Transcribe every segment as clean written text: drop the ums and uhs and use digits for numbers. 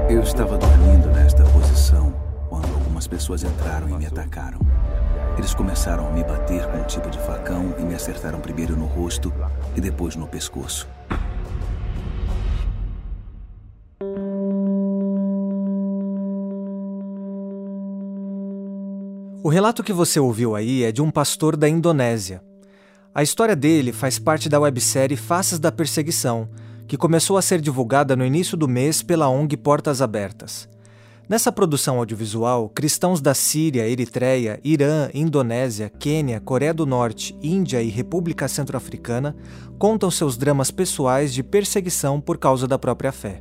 Eu estava dormindo nesta posição quando algumas pessoas entraram e me atacaram. Eles começaram a me bater com um tipo de facão e me acertaram primeiro no rosto e depois no pescoço. O relato que você ouviu aí é de um pastor da Indonésia. A história dele faz parte da websérie Faces da Perseguição, que começou a ser divulgada no início do mês pela ONG Portas Abertas. Nessa produção audiovisual, cristãos da Síria, Eritreia, Irã, Indonésia, Quênia, Coreia do Norte, Índia e República Centro-Africana contam seus dramas pessoais de perseguição por causa da própria fé.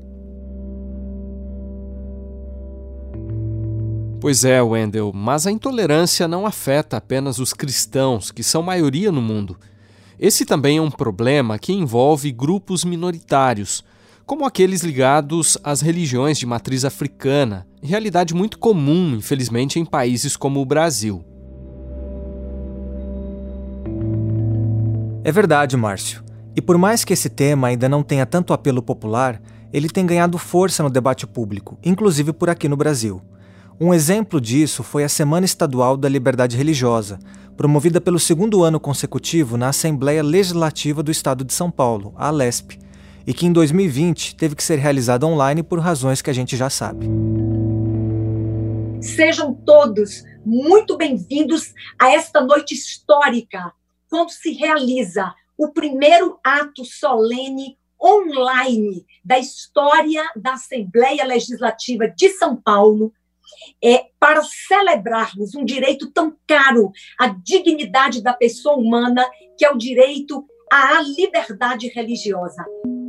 Pois é, Wendell, mas a intolerância não afeta apenas os cristãos, que são maioria no mundo. Esse também é um problema que envolve grupos minoritários, como aqueles ligados às religiões de matriz africana, realidade muito comum, infelizmente, em países como o Brasil. É verdade, Márcio. E por mais que esse tema ainda não tenha tanto apelo popular, ele tem ganhado força no debate público, inclusive por aqui no Brasil. Um exemplo disso foi a Semana Estadual da Liberdade Religiosa, promovida pelo segundo ano consecutivo na Assembleia Legislativa do Estado de São Paulo, a ALESP, e que em 2020 teve que ser realizada online por razões que a gente já sabe. Sejam todos muito bem-vindos a esta noite histórica, quando se realiza o primeiro ato solene online da história da Assembleia Legislativa de São Paulo, para celebrarmos um direito tão caro à dignidade da pessoa humana, que é o direito à liberdade religiosa.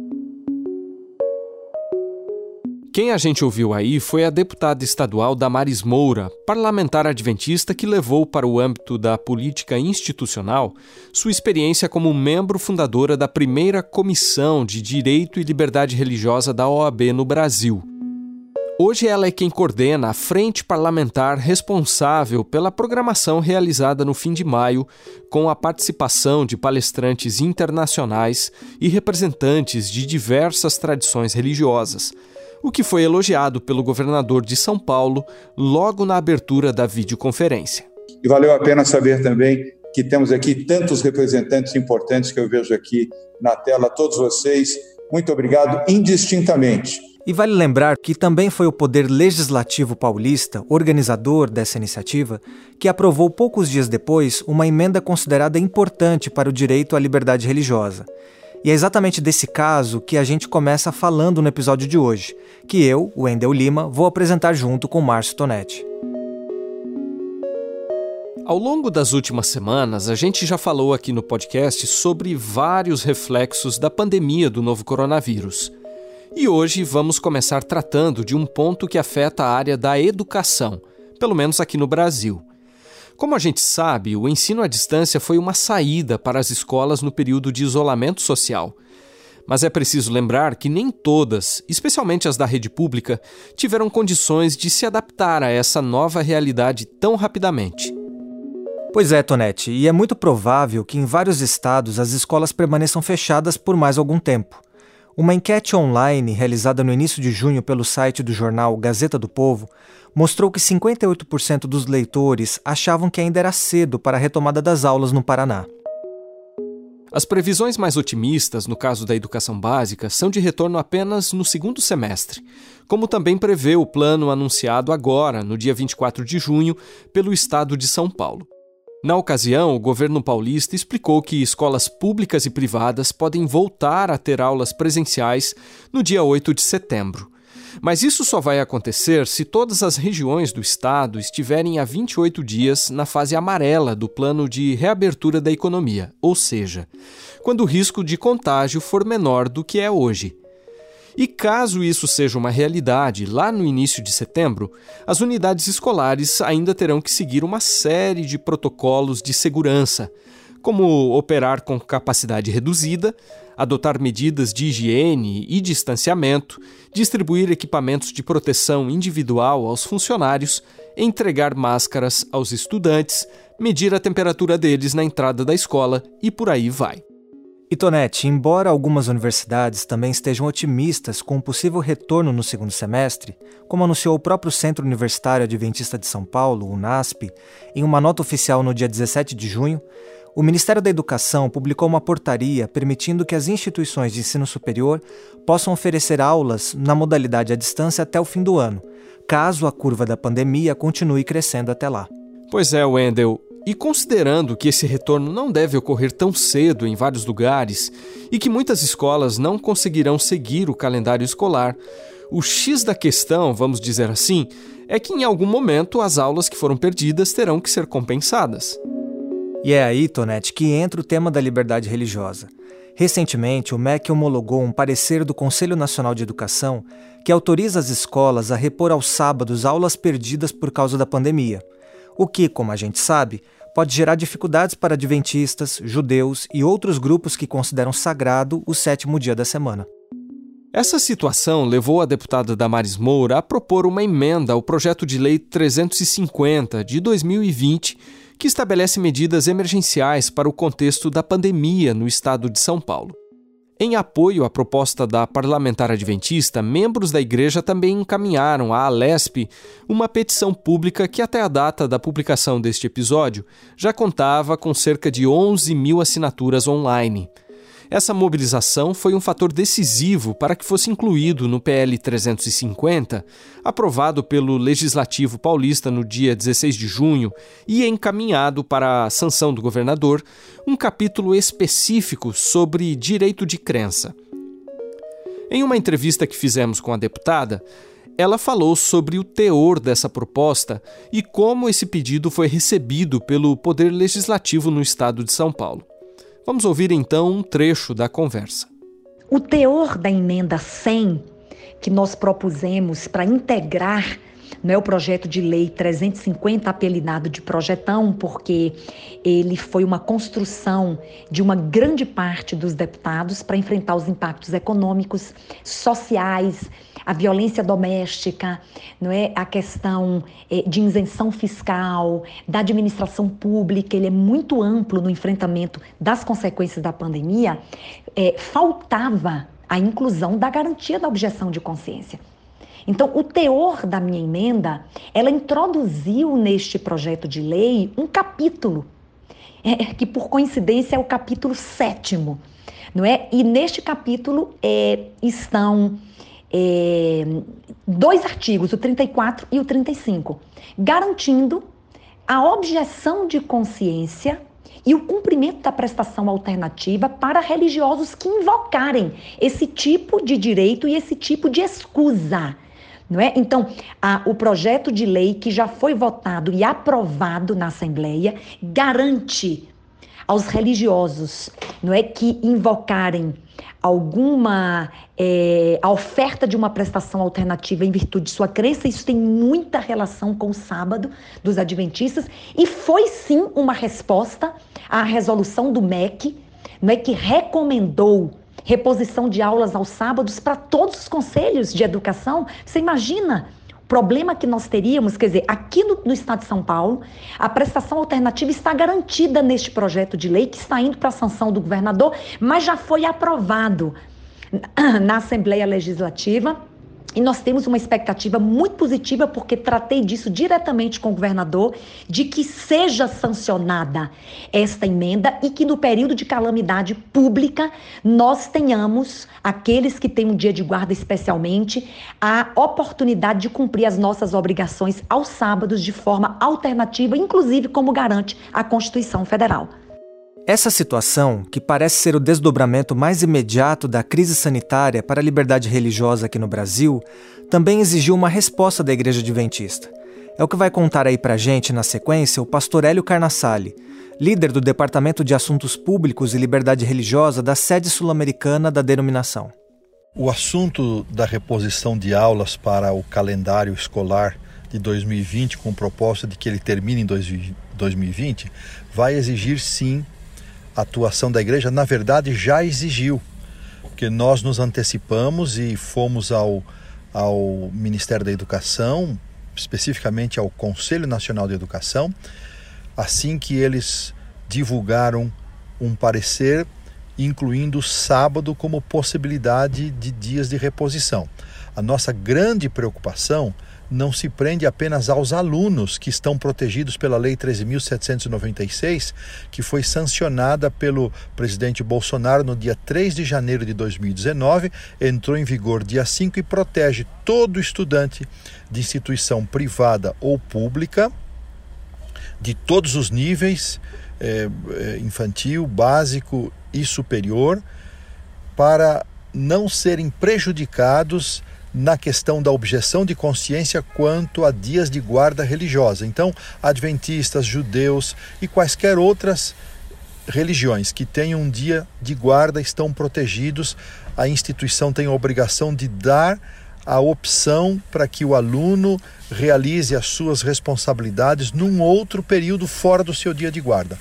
Quem a gente ouviu aí foi a deputada estadual Damares Moura, parlamentar adventista que levou para o âmbito da política institucional sua experiência como membro fundadora da primeira Comissão de Direito e Liberdade Religiosa da OAB no Brasil. Hoje ela é quem coordena a frente parlamentar responsável pela programação realizada no fim de maio, com a participação de palestrantes internacionais e representantes de diversas tradições religiosas, o que foi elogiado pelo governador de São Paulo logo na abertura da videoconferência. E valeu a pena saber também que temos aqui tantos representantes importantes que eu vejo aqui na tela, todos vocês. Muito obrigado indistintamente. E vale lembrar que também foi o Poder Legislativo paulista, organizador dessa iniciativa, que aprovou poucos dias depois uma emenda considerada importante para o direito à liberdade religiosa. E é exatamente desse caso que a gente começa falando no episódio de hoje, que eu, Wendell Lima, vou apresentar junto com Márcio Tonetti. Ao longo das últimas semanas, a gente já falou aqui no podcast sobre vários reflexos da pandemia do novo coronavírus. E hoje vamos começar tratando de um ponto que afeta a área da educação, pelo menos aqui no Brasil. Como a gente sabe, o ensino à distância foi uma saída para as escolas no período de isolamento social. Mas é preciso lembrar que nem todas, especialmente as da rede pública, tiveram condições de se adaptar a essa nova realidade tão rapidamente. Pois é, Tonetti, e é muito provável que em vários estados as escolas permaneçam fechadas por mais algum tempo. Uma enquete online realizada no início de junho pelo site do jornal Gazeta do Povo mostrou que 58% dos leitores achavam que ainda era cedo para a retomada das aulas no Paraná. As previsões mais otimistas, no caso da educação básica, são de retorno apenas no segundo semestre, como também prevê o plano anunciado agora, no dia 24 de junho, pelo Estado de São Paulo. Na ocasião, o governo paulista explicou que escolas públicas e privadas podem voltar a ter aulas presenciais no dia 8 de setembro. Mas isso só vai acontecer se todas as regiões do estado estiverem há 28 dias na fase amarela do plano de reabertura da economia, ou seja, quando o risco de contágio for menor do que é hoje. E caso isso seja uma realidade, lá no início de setembro, as unidades escolares ainda terão que seguir uma série de protocolos de segurança, como operar com capacidade reduzida, adotar medidas de higiene e distanciamento, distribuir equipamentos de proteção individual aos funcionários, entregar máscaras aos estudantes, medir a temperatura deles na entrada da escola e por aí vai. E Tonete, embora algumas universidades também estejam otimistas com um possível retorno no segundo semestre, como anunciou o próprio Centro Universitário Adventista de São Paulo, o UNASP, em uma nota oficial no dia 17 de junho, o Ministério da Educação publicou uma portaria permitindo que as instituições de ensino superior possam oferecer aulas na modalidade à distância até o fim do ano, caso a curva da pandemia continue crescendo até lá. Pois é, Wendel. E considerando que esse retorno não deve ocorrer tão cedo em vários lugares e que muitas escolas não conseguirão seguir o calendário escolar, o X da questão, vamos dizer assim, é que em algum momento as aulas que foram perdidas terão que ser compensadas. E é aí, Tonete, que entra o tema da liberdade religiosa. Recentemente, o MEC homologou um parecer do Conselho Nacional de Educação que autoriza as escolas a repor aos sábados aulas perdidas por causa da pandemia, o que, como a gente sabe, pode gerar dificuldades para adventistas, judeus e outros grupos que consideram sagrado o 7º dia da semana. Essa situação levou a deputada Damares Moura a propor uma emenda ao projeto de lei 350 de 2020, que estabelece medidas emergenciais para o contexto da pandemia no estado de São Paulo. Em apoio à proposta da parlamentar adventista, membros da igreja também encaminharam à Alesp uma petição pública que até a data da publicação deste episódio já contava com cerca de 11 mil assinaturas online. Essa mobilização foi um fator decisivo para que fosse incluído no PL 350, aprovado pelo Legislativo Paulista no dia 16 de junho e encaminhado para a sanção do governador, um capítulo específico sobre direito de crença. Em uma entrevista que fizemos com a deputada, ela falou sobre o teor dessa proposta e como esse pedido foi recebido pelo Poder Legislativo no estado de São Paulo. Vamos ouvir então um trecho da conversa. O teor da emenda 100 que nós propusemos para integrar o projeto de lei 350, apelidado de projetão, porque ele foi uma construção de uma grande parte dos deputados para enfrentar os impactos econômicos, sociais, a violência doméstica, a questão de isenção fiscal, da administração pública. Ele é muito amplo no enfrentamento das consequências da pandemia. Faltava a inclusão da garantia da objeção de consciência. Então, o teor da minha emenda, ela introduziu neste projeto de lei um capítulo, que por coincidência é o capítulo 7º, E neste capítulo estão 2 artigos, o 34 e o 35, garantindo a objeção de consciência e o cumprimento da prestação alternativa para religiosos que invocarem esse tipo de direito e esse tipo de escusa. Então, o projeto de lei que já foi votado e aprovado na Assembleia garante aos religiosos que invocarem a oferta de uma prestação alternativa em virtude de sua crença. Isso tem muita relação com o sábado dos adventistas e foi sim uma resposta à resolução do MEC, que recomendou reposição de aulas aos sábados para todos os conselhos de educação. Você imagina o problema que nós teríamos? Quer dizer, aqui no estado de São Paulo, a prestação alternativa está garantida neste projeto de lei que está indo para a sanção do governador, mas já foi aprovado na Assembleia Legislativa. E nós temos uma expectativa muito positiva, porque tratei disso diretamente com o governador, de que seja sancionada esta emenda e que no período de calamidade pública nós tenhamos, aqueles que têm um dia de guarda especialmente, a oportunidade de cumprir as nossas obrigações aos sábados de forma alternativa, inclusive como garante a Constituição Federal. Essa situação, que parece ser o desdobramento mais imediato da crise sanitária para a liberdade religiosa aqui no Brasil, também exigiu uma resposta da Igreja Adventista. É o que vai contar aí pra gente, na sequência, o pastor Hélio Carnassali, líder do Departamento de Assuntos Públicos e Liberdade Religiosa da sede sul-americana da denominação. O assunto da reposição de aulas para o calendário escolar de 2020, com proposta de que ele termine em 2020, vai exigir sim a atuação da igreja. Na verdade, já exigiu, porque nós nos antecipamos e fomos ao Ministério da Educação, especificamente ao Conselho Nacional de Educação, assim que eles divulgaram um parecer incluindo o sábado como possibilidade de dias de reposição. A nossa grande preocupação não se prende apenas aos alunos que estão protegidos pela Lei 13.796, que foi sancionada pelo presidente Bolsonaro no dia 3 de janeiro de 2019, entrou em vigor dia 5 e protege todo estudante de instituição privada ou pública, de todos os níveis, infantil, básico e superior, para não serem prejudicados na questão da objeção de consciência quanto a dias de guarda religiosa. Então, adventistas, judeus e quaisquer outras religiões que tenham um dia de guarda estão protegidos. A instituição tem a obrigação de dar a opção para que o aluno realize as suas responsabilidades num outro período fora do seu dia de guarda.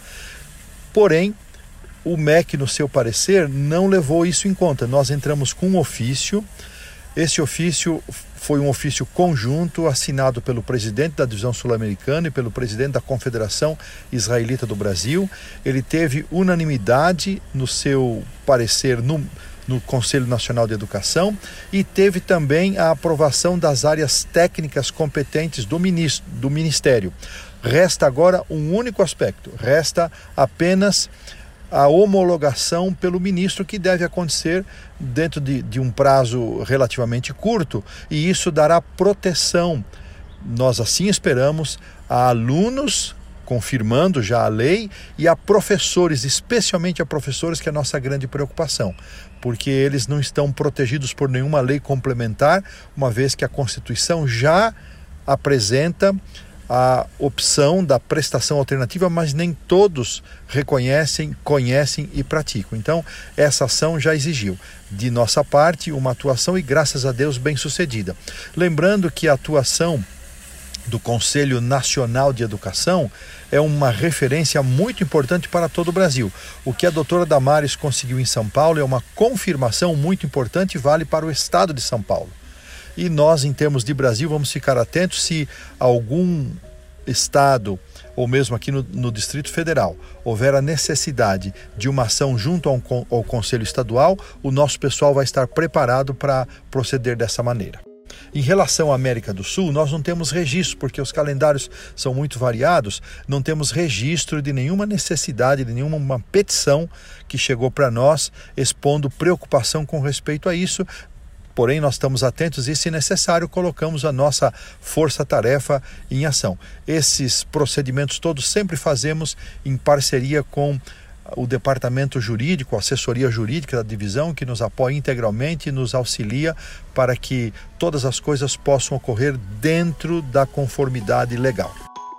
Porém, o MEC, no seu parecer, não levou isso em conta. Nós entramos com um ofício. Esse ofício foi um ofício conjunto assinado pelo presidente da Divisão Sul-Americana e pelo presidente da Confederação Israelita do Brasil. Ele teve unanimidade no seu parecer no Conselho Nacional de Educação e teve também a aprovação das áreas técnicas competentes do Ministério. Resta agora um único aspecto, resta apenas a homologação pelo ministro, que deve acontecer dentro de um prazo relativamente curto, e isso dará proteção, nós assim esperamos, a alunos, confirmando já a lei, e a professores, especialmente a professores, que é a nossa grande preocupação, porque eles não estão protegidos por nenhuma lei complementar, uma vez que a Constituição já apresenta a opção da prestação alternativa, mas nem todos reconhecem, conhecem e praticam. Então, essa ação já exigiu, de nossa parte, uma atuação e, graças a Deus, bem sucedida. Lembrando que a atuação do Conselho Nacional de Educação é uma referência muito importante para todo o Brasil. O que a doutora Damares conseguiu em São Paulo é uma confirmação muito importante e vale para o estado de São Paulo. E nós, em termos de Brasil, vamos ficar atentos se algum estado, ou mesmo aqui no Distrito Federal, houver a necessidade de uma ação junto ao Conselho Estadual, o nosso pessoal vai estar preparado para proceder dessa maneira. Em relação à América do Sul, nós não temos registro, porque os calendários são muito variados, não temos registro de nenhuma necessidade, de nenhuma petição que chegou para nós expondo preocupação com respeito a isso. Porém, nós estamos atentos e, se necessário, colocamos a nossa força-tarefa em ação. Esses procedimentos todos sempre fazemos em parceria com o departamento jurídico, a assessoria jurídica da divisão, que nos apoia integralmente e nos auxilia para que todas as coisas possam ocorrer dentro da conformidade legal.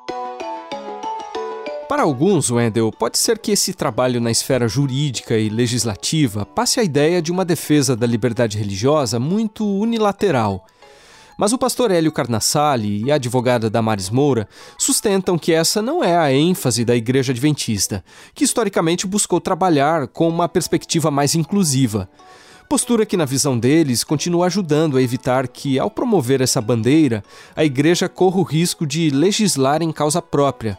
Para alguns, Wendel, pode ser que esse trabalho na esfera jurídica e legislativa passe a ideia de uma defesa da liberdade religiosa muito unilateral. Mas o pastor Hélio Carnassali e a advogada Damares Moura sustentam que essa não é a ênfase da Igreja Adventista, que historicamente buscou trabalhar com uma perspectiva mais inclusiva. Postura que, na visão deles, continua ajudando a evitar que, ao promover essa bandeira, a Igreja corra o risco de legislar em causa própria.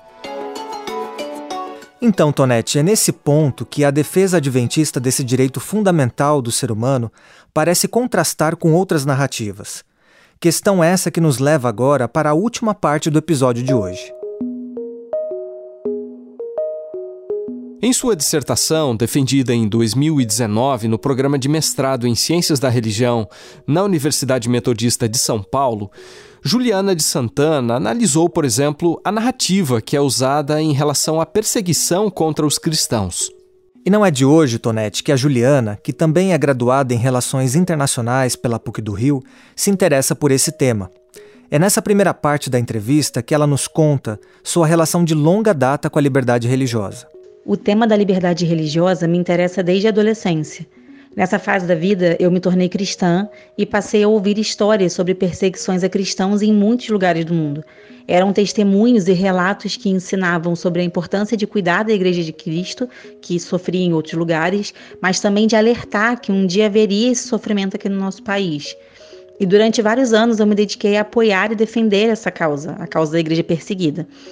Então, Tonete, é nesse ponto que a defesa adventista desse direito fundamental do ser humano parece contrastar com outras narrativas. Questão essa que nos leva agora para a última parte do episódio de hoje. Em sua dissertação, defendida em 2019 no programa de mestrado em Ciências da Religião na Universidade Metodista de São Paulo, Juliana de Santana analisou, por exemplo, a narrativa que é usada em relação à perseguição contra os cristãos. E não é de hoje, Tonete, que a Juliana, que também é graduada em Relações Internacionais pela PUC do Rio, se interessa por esse tema. É nessa primeira parte da entrevista que ela nos conta sua relação de longa data com a liberdade religiosa. O tema da liberdade religiosa me interessa desde a adolescência. Nessa fase da vida, eu me tornei cristã e passei a ouvir histórias sobre perseguições a cristãos em muitos lugares do mundo. Eram testemunhos e relatos que ensinavam sobre a importância de cuidar da Igreja de Cristo, que sofria em outros lugares, mas também de alertar que um dia haveria esse sofrimento aqui no nosso país. E durante vários anos eu me dediquei a apoiar e defender essa causa, a causa da Igreja perseguida.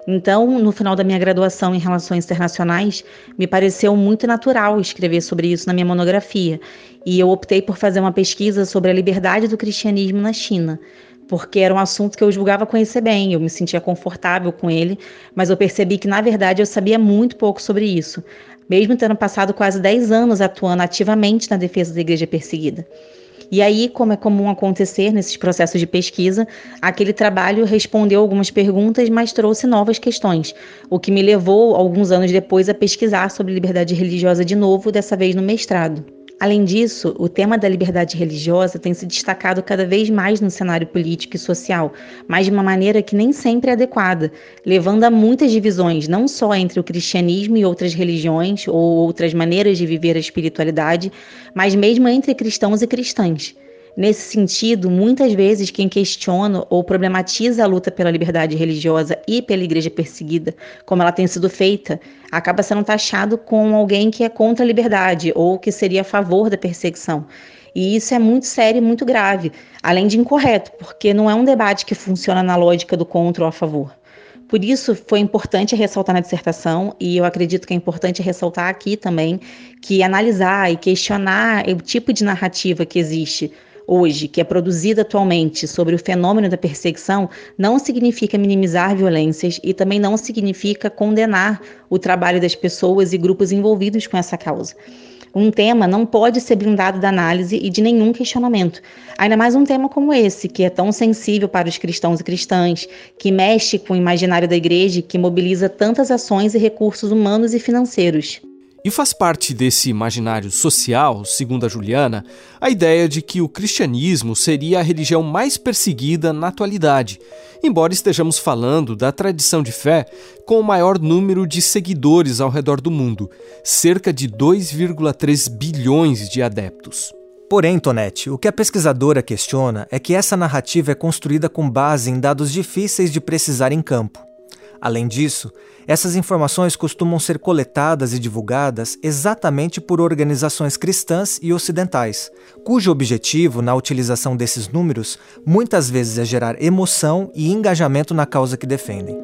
Então, no final da minha graduação em Relações Internacionais, me pareceu muito natural escrever sobre isso na minha monografia, e eu optei por fazer uma pesquisa sobre a liberdade do cristianismo na China, porque era um assunto que eu julgava conhecer bem, eu me sentia confortável com ele, mas eu percebi que, na verdade, eu sabia muito pouco sobre isso, mesmo tendo passado quase 10 anos atuando ativamente na defesa da igreja perseguida. E aí, como é comum acontecer nesses processos de pesquisa, aquele trabalho respondeu algumas perguntas, mas trouxe novas questões, o que me levou, alguns anos depois, a pesquisar sobre liberdade religiosa de novo, dessa vez no mestrado. Além disso, o tema da liberdade religiosa tem se destacado cada vez mais no cenário político e social, mas de uma maneira que nem sempre é adequada, levando a muitas divisões, não só entre o cristianismo e outras religiões ou outras maneiras de viver a espiritualidade, mas mesmo entre cristãos e cristãs. Nesse sentido, muitas vezes quem questiona ou problematiza a luta pela liberdade religiosa e pela igreja perseguida, como ela tem sido feita, acaba sendo taxado como alguém que é contra a liberdade ou que seria a favor da perseguição. E isso é muito sério e muito grave, além de incorreto, porque não é um debate que funciona na lógica do contra ou a favor. Por isso, foi importante ressaltar na dissertação, e eu acredito que é importante ressaltar aqui também, que analisar e questionar o tipo de narrativa que existe hoje, que é produzida atualmente sobre o fenômeno da perseguição, não significa minimizar violências e também não significa condenar o trabalho das pessoas e grupos envolvidos com essa causa. Um tema não pode ser blindado da análise e de nenhum questionamento. Ainda mais um tema como esse, que é tão sensível para os cristãos e cristãs, que mexe com o imaginário da igreja e que mobiliza tantas ações e recursos humanos e financeiros. E faz parte desse imaginário social, segundo a Juliana, a ideia de que o cristianismo seria a religião mais perseguida na atualidade, embora estejamos falando da tradição de fé com o maior número de seguidores ao redor do mundo, cerca de 2,3 bilhões de adeptos. Porém, Tonete, o que a pesquisadora questiona é que essa narrativa é construída com base em dados difíceis de precisar em campo. Além disso, essas informações costumam ser coletadas e divulgadas exatamente por organizações cristãs e ocidentais, cujo objetivo na utilização desses números muitas vezes é gerar emoção e engajamento na causa que defendem.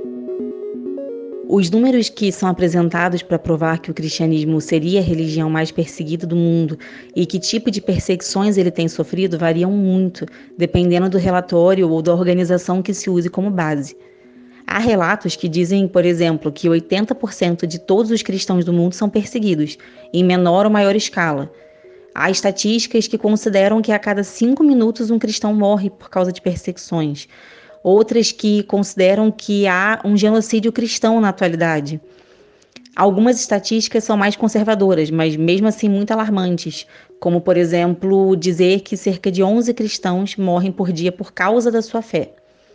Os números que são apresentados para provar que o cristianismo seria a religião mais perseguida do mundo e que tipo de perseguições ele tem sofrido variam muito, dependendo do relatório ou da organização que se use como base. Há relatos que dizem, por exemplo, que 80% de todos os cristãos do mundo são perseguidos, em menor ou maior escala. Há estatísticas que consideram que a cada 5 minutos um cristão morre por causa de perseguições. Outras que consideram que há um genocídio cristão na atualidade. Algumas estatísticas são mais conservadoras, mas mesmo assim muito alarmantes, como, por exemplo, dizer que cerca de 11 cristãos morrem por dia por causa da sua fé.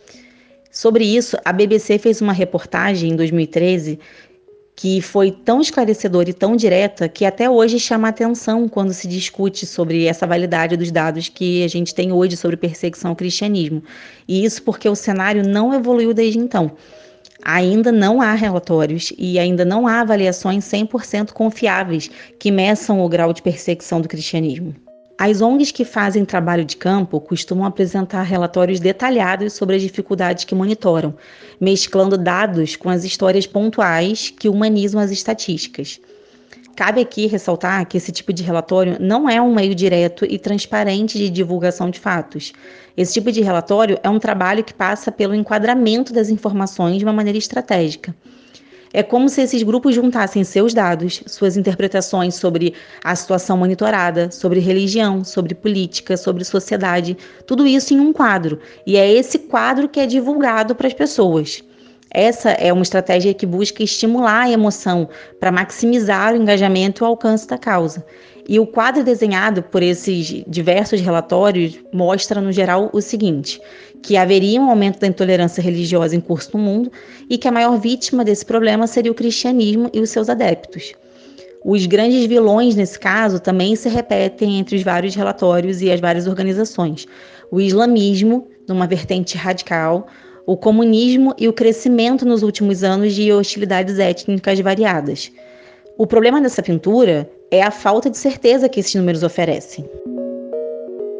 Sobre isso, a BBC fez uma reportagem em 2013 que foi tão esclarecedora e tão direta que até hoje chama a atenção quando se discute sobre essa validade dos dados que a gente tem hoje sobre perseguição ao cristianismo. E isso porque o cenário não evoluiu desde então. Ainda não há relatórios e ainda não há avaliações 100% confiáveis que meçam o grau de perseguição do cristianismo. As ONGs que fazem trabalho de campo costumam apresentar relatórios detalhados sobre as dificuldades que monitoram, mesclando dados com as histórias pontuais que humanizam as estatísticas. Cabe aqui ressaltar que esse tipo de relatório não é um meio direto e transparente de divulgação de fatos. Esse tipo de relatório é um trabalho que passa pelo enquadramento das informações de uma maneira estratégica. É como se esses grupos juntassem seus dados, suas interpretações sobre a situação monitorada, sobre religião, sobre política, sobre sociedade, tudo isso em um quadro. E é esse quadro que é divulgado para as pessoas. Essa é uma estratégia que busca estimular a emoção para maximizar o engajamento e o alcance da causa. E o quadro desenhado por esses diversos relatórios mostra, no geral, o seguinte: que haveria um aumento da intolerância religiosa em curso no mundo e que a maior vítima desse problema seria o cristianismo e os seus adeptos. Os grandes vilões, nesse caso, também se repetem entre os vários relatórios e as várias organizações. O islamismo, numa vertente radical, o comunismo e o crescimento nos últimos anos de hostilidades étnicas variadas. O problema dessa pintura é a falta de certeza que esses números oferecem.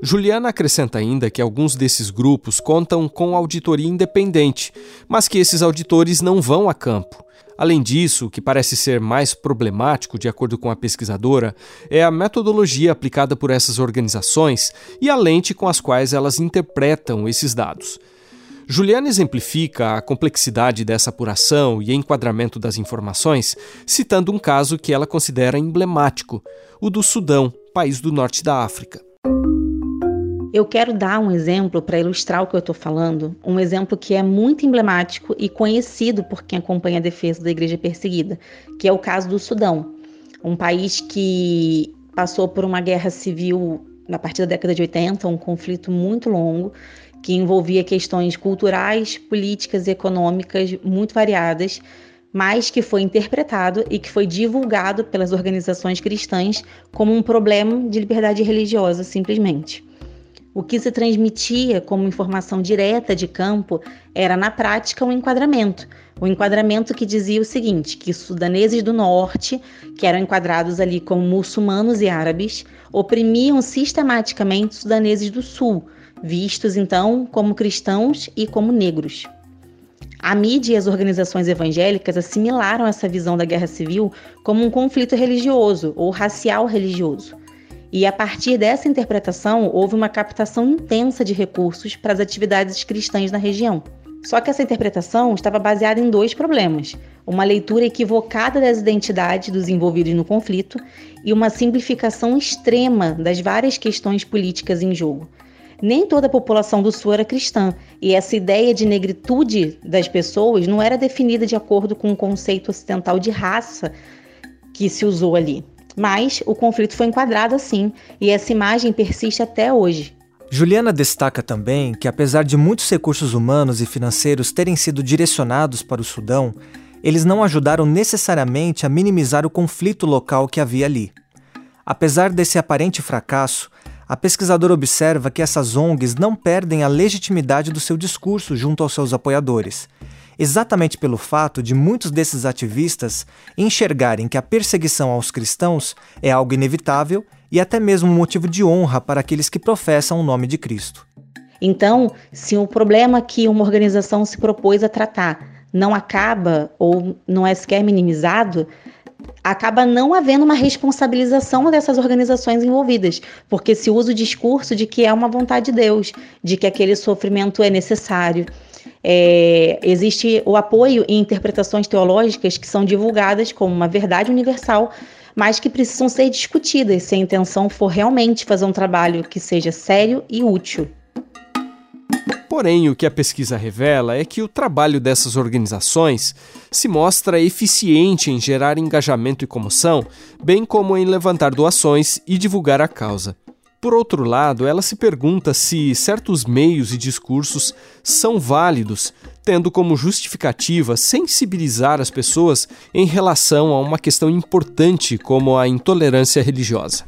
Juliana acrescenta ainda que alguns desses grupos contam com auditoria independente, mas que esses auditores não vão a campo. Além disso, o que parece ser mais problemático, de acordo com a pesquisadora, é a metodologia aplicada por essas organizações e a lente com as quais elas interpretam esses dados. Juliana exemplifica a complexidade dessa apuração e enquadramento das informações, citando um caso que ela considera emblemático, o do Sudão, país do norte da África. Eu quero dar um exemplo para ilustrar o que eu estou falando, um exemplo que é muito emblemático e conhecido por quem acompanha a defesa da igreja perseguida, que é o caso do Sudão, um país que passou por uma guerra civil a partir da década de 80, um conflito muito longo, que envolvia questões culturais, políticas e econômicas muito variadas, mas que foi interpretado e que foi divulgado pelas organizações cristãs como um problema de liberdade religiosa, simplesmente. O que se transmitia como informação direta de campo era, na prática, um enquadramento. O enquadramento que dizia o seguinte, que sudaneses do norte, que eram enquadrados ali como muçulmanos e árabes, oprimiam sistematicamente sudaneses do sul, vistos então como cristãos e como negros. A mídia e as organizações evangélicas assimilaram essa visão da guerra civil como um conflito religioso ou racial religioso. E a partir dessa interpretação, houve uma captação intensa de recursos para as atividades cristãs na região. Só que essa interpretação estava baseada em dois problemas: uma leitura equivocada das identidades dos envolvidos no conflito e uma simplificação extrema das várias questões políticas em jogo. Nem toda a população do Sul era cristã, e essa ideia de negritude das pessoas não era definida de acordo com o conceito ocidental de raça que se usou ali. Mas o conflito foi enquadrado assim, e essa imagem persiste até hoje. Juliana destaca também que, apesar de muitos recursos humanos e financeiros terem sido direcionados para o Sudão, eles não ajudaram necessariamente a minimizar o conflito local que havia ali. Apesar desse aparente fracasso, a pesquisadora observa que essas ONGs não perdem a legitimidade do seu discurso junto aos seus apoiadores, exatamente pelo fato de muitos desses ativistas enxergarem que a perseguição aos cristãos é algo inevitável e até mesmo um motivo de honra para aqueles que professam o nome de Cristo. Então, se o problema que uma organização se propôs a tratar não acaba ou não é sequer minimizado, acaba não havendo uma responsabilização dessas organizações envolvidas, porque se usa o discurso de que é uma vontade de Deus, de que aquele sofrimento é necessário. Existe o apoio em interpretações teológicas que são divulgadas como uma verdade universal, mas que precisam ser discutidas se a intenção for realmente fazer um trabalho que seja sério e útil. Porém, o que a pesquisa revela é que o trabalho dessas organizações se mostra eficiente em gerar engajamento e comoção, bem como em levantar doações e divulgar a causa. Por outro lado, ela se pergunta se certos meios e discursos são válidos, tendo como justificativa sensibilizar as pessoas em relação a uma questão importante como a intolerância religiosa.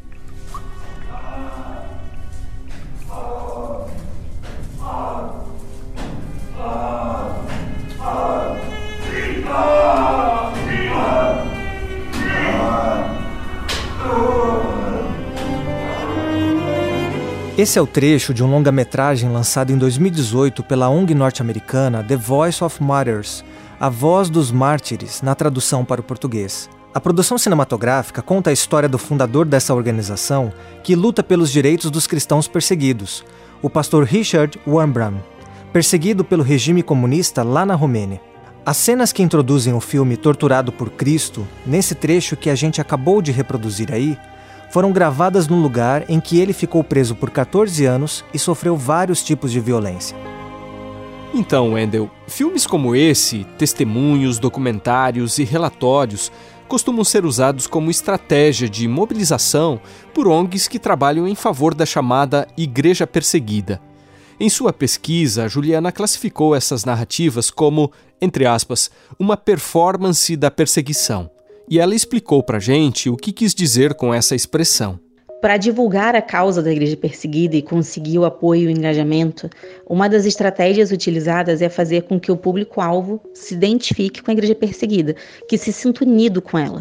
Esse é o trecho de um longa-metragem lançado em 2018 pela ONG norte-americana The Voice of Martyrs, A Voz dos Mártires, na tradução para o português. A produção cinematográfica conta a história do fundador dessa organização que luta pelos direitos dos cristãos perseguidos, o pastor Richard Wurmbrand, perseguido pelo regime comunista lá na Romênia. As cenas que introduzem o filme Torturado por Cristo, nesse trecho que a gente acabou de reproduzir aí, foram gravadas no lugar em que ele ficou preso por 14 anos e sofreu vários tipos de violência. Então, Wendel, filmes como esse, testemunhos, documentários e relatórios costumam ser usados como estratégia de mobilização por ONGs que trabalham em favor da chamada Igreja Perseguida. Em sua pesquisa, a Juliana classificou essas narrativas como, entre aspas, uma performance da perseguição. E ela explicou pra gente o que quis dizer com essa expressão. Para divulgar a causa da igreja perseguida e conseguir o apoio e o engajamento, uma das estratégias utilizadas é fazer com que o público-alvo se identifique com a igreja perseguida, que se sinta unido com ela.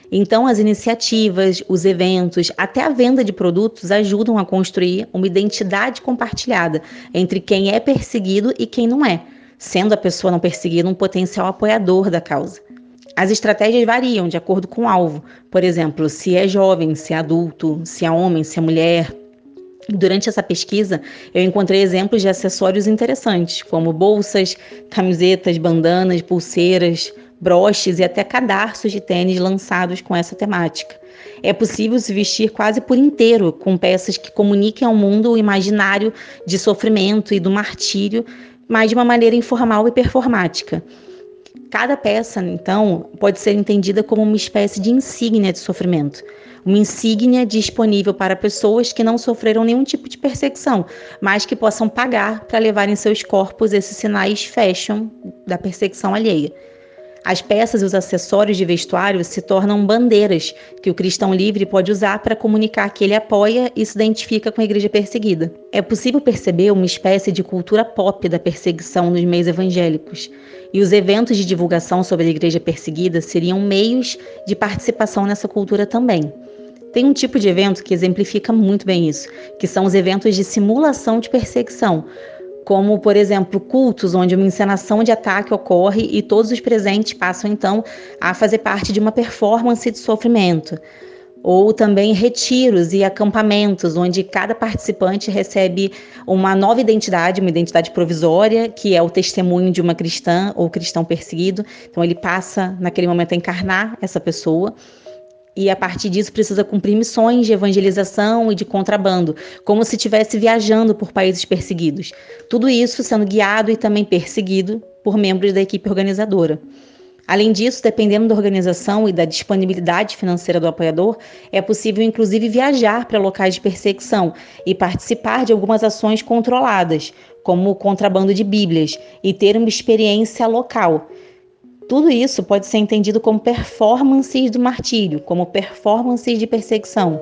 Então, as iniciativas, os eventos, até a venda de produtos ajudam a construir uma identidade compartilhada entre quem é perseguido e quem não é, sendo a pessoa não perseguida um potencial apoiador da causa. As estratégias variam de acordo com o alvo, por exemplo, se é jovem, se é adulto, se é homem, se é mulher. Durante essa pesquisa, eu encontrei exemplos de acessórios interessantes, como bolsas, camisetas, bandanas, pulseiras, broches e até cadarços de tênis lançados com essa temática. É possível se vestir quase por inteiro com peças que comuniquem ao mundo o imaginário de sofrimento e do martírio, mas de uma maneira informal e performática. Cada peça, então, pode ser entendida como uma espécie de insígnia de sofrimento. Uma insígnia disponível para pessoas que não sofreram nenhum tipo de perseguição, mas que possam pagar para levar em seus corpos esses sinais fashion da perseguição alheia. As peças e os acessórios de vestuário se tornam bandeiras que o cristão livre pode usar para comunicar que ele apoia e se identifica com a igreja perseguida. É possível perceber uma espécie de cultura pop da perseguição nos meios evangélicos, e os eventos de divulgação sobre a igreja perseguida seriam meios de participação nessa cultura também. Tem um tipo de evento que exemplifica muito bem isso, que são os eventos de simulação de perseguição, como, por exemplo, cultos onde uma encenação de ataque ocorre e todos os presentes passam, então, a fazer parte de uma performance de sofrimento. Ou também retiros e acampamentos, onde cada participante recebe uma nova identidade, uma identidade provisória, que é o testemunho de uma cristã ou cristão perseguido. Então, ele passa, naquele momento, a encarnar essa pessoa. E, a partir disso, precisa cumprir missões de evangelização e de contrabando, como se estivesse viajando por países perseguidos. Tudo isso sendo guiado e também perseguido por membros da equipe organizadora. Além disso, dependendo da organização e da disponibilidade financeira do apoiador, é possível, inclusive, viajar para locais de perseguição e participar de algumas ações controladas, como o contrabando de Bíblias, e ter uma experiência local. Tudo isso pode ser entendido como performances do martírio, como performances de perseguição.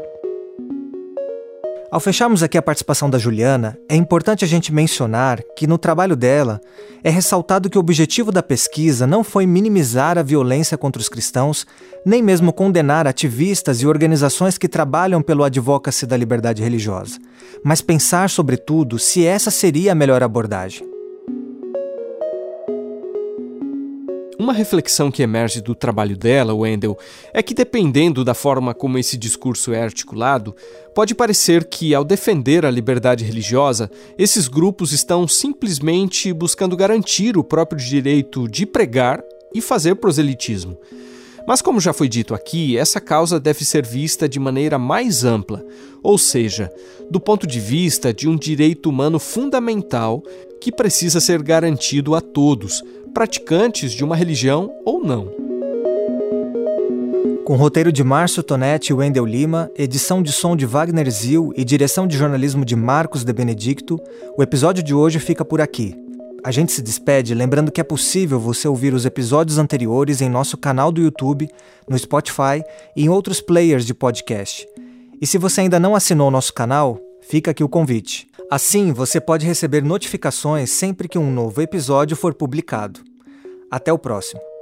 Ao fecharmos aqui a participação da Juliana, é importante a gente mencionar que no trabalho dela é ressaltado que o objetivo da pesquisa não foi minimizar a violência contra os cristãos, nem mesmo condenar ativistas e organizações que trabalham pelo advocacy da liberdade religiosa, mas pensar, sobretudo, se essa seria a melhor abordagem. Uma reflexão que emerge do trabalho dela, Wendell, é que dependendo da forma como esse discurso é articulado, pode parecer que, ao defender a liberdade religiosa, esses grupos estão simplesmente buscando garantir o próprio direito de pregar e fazer proselitismo. Mas, como já foi dito aqui, essa causa deve ser vista de maneira mais ampla, ou seja, do ponto de vista de um direito humano fundamental que precisa ser garantido a todos, praticantes de uma religião ou não. Com roteiro de Márcio Tonetti e Wendell Lima, edição de som de Wagner Zil e direção de jornalismo de Marcos de Benedicto, o episódio de hoje fica por aqui. A gente se despede lembrando que é possível você ouvir os episódios anteriores em nosso canal do YouTube, no Spotify e em outros players de podcast. E se você ainda não assinou o nosso canal, fica aqui o convite. Assim, você pode receber notificações sempre que um novo episódio for publicado. Até o próximo.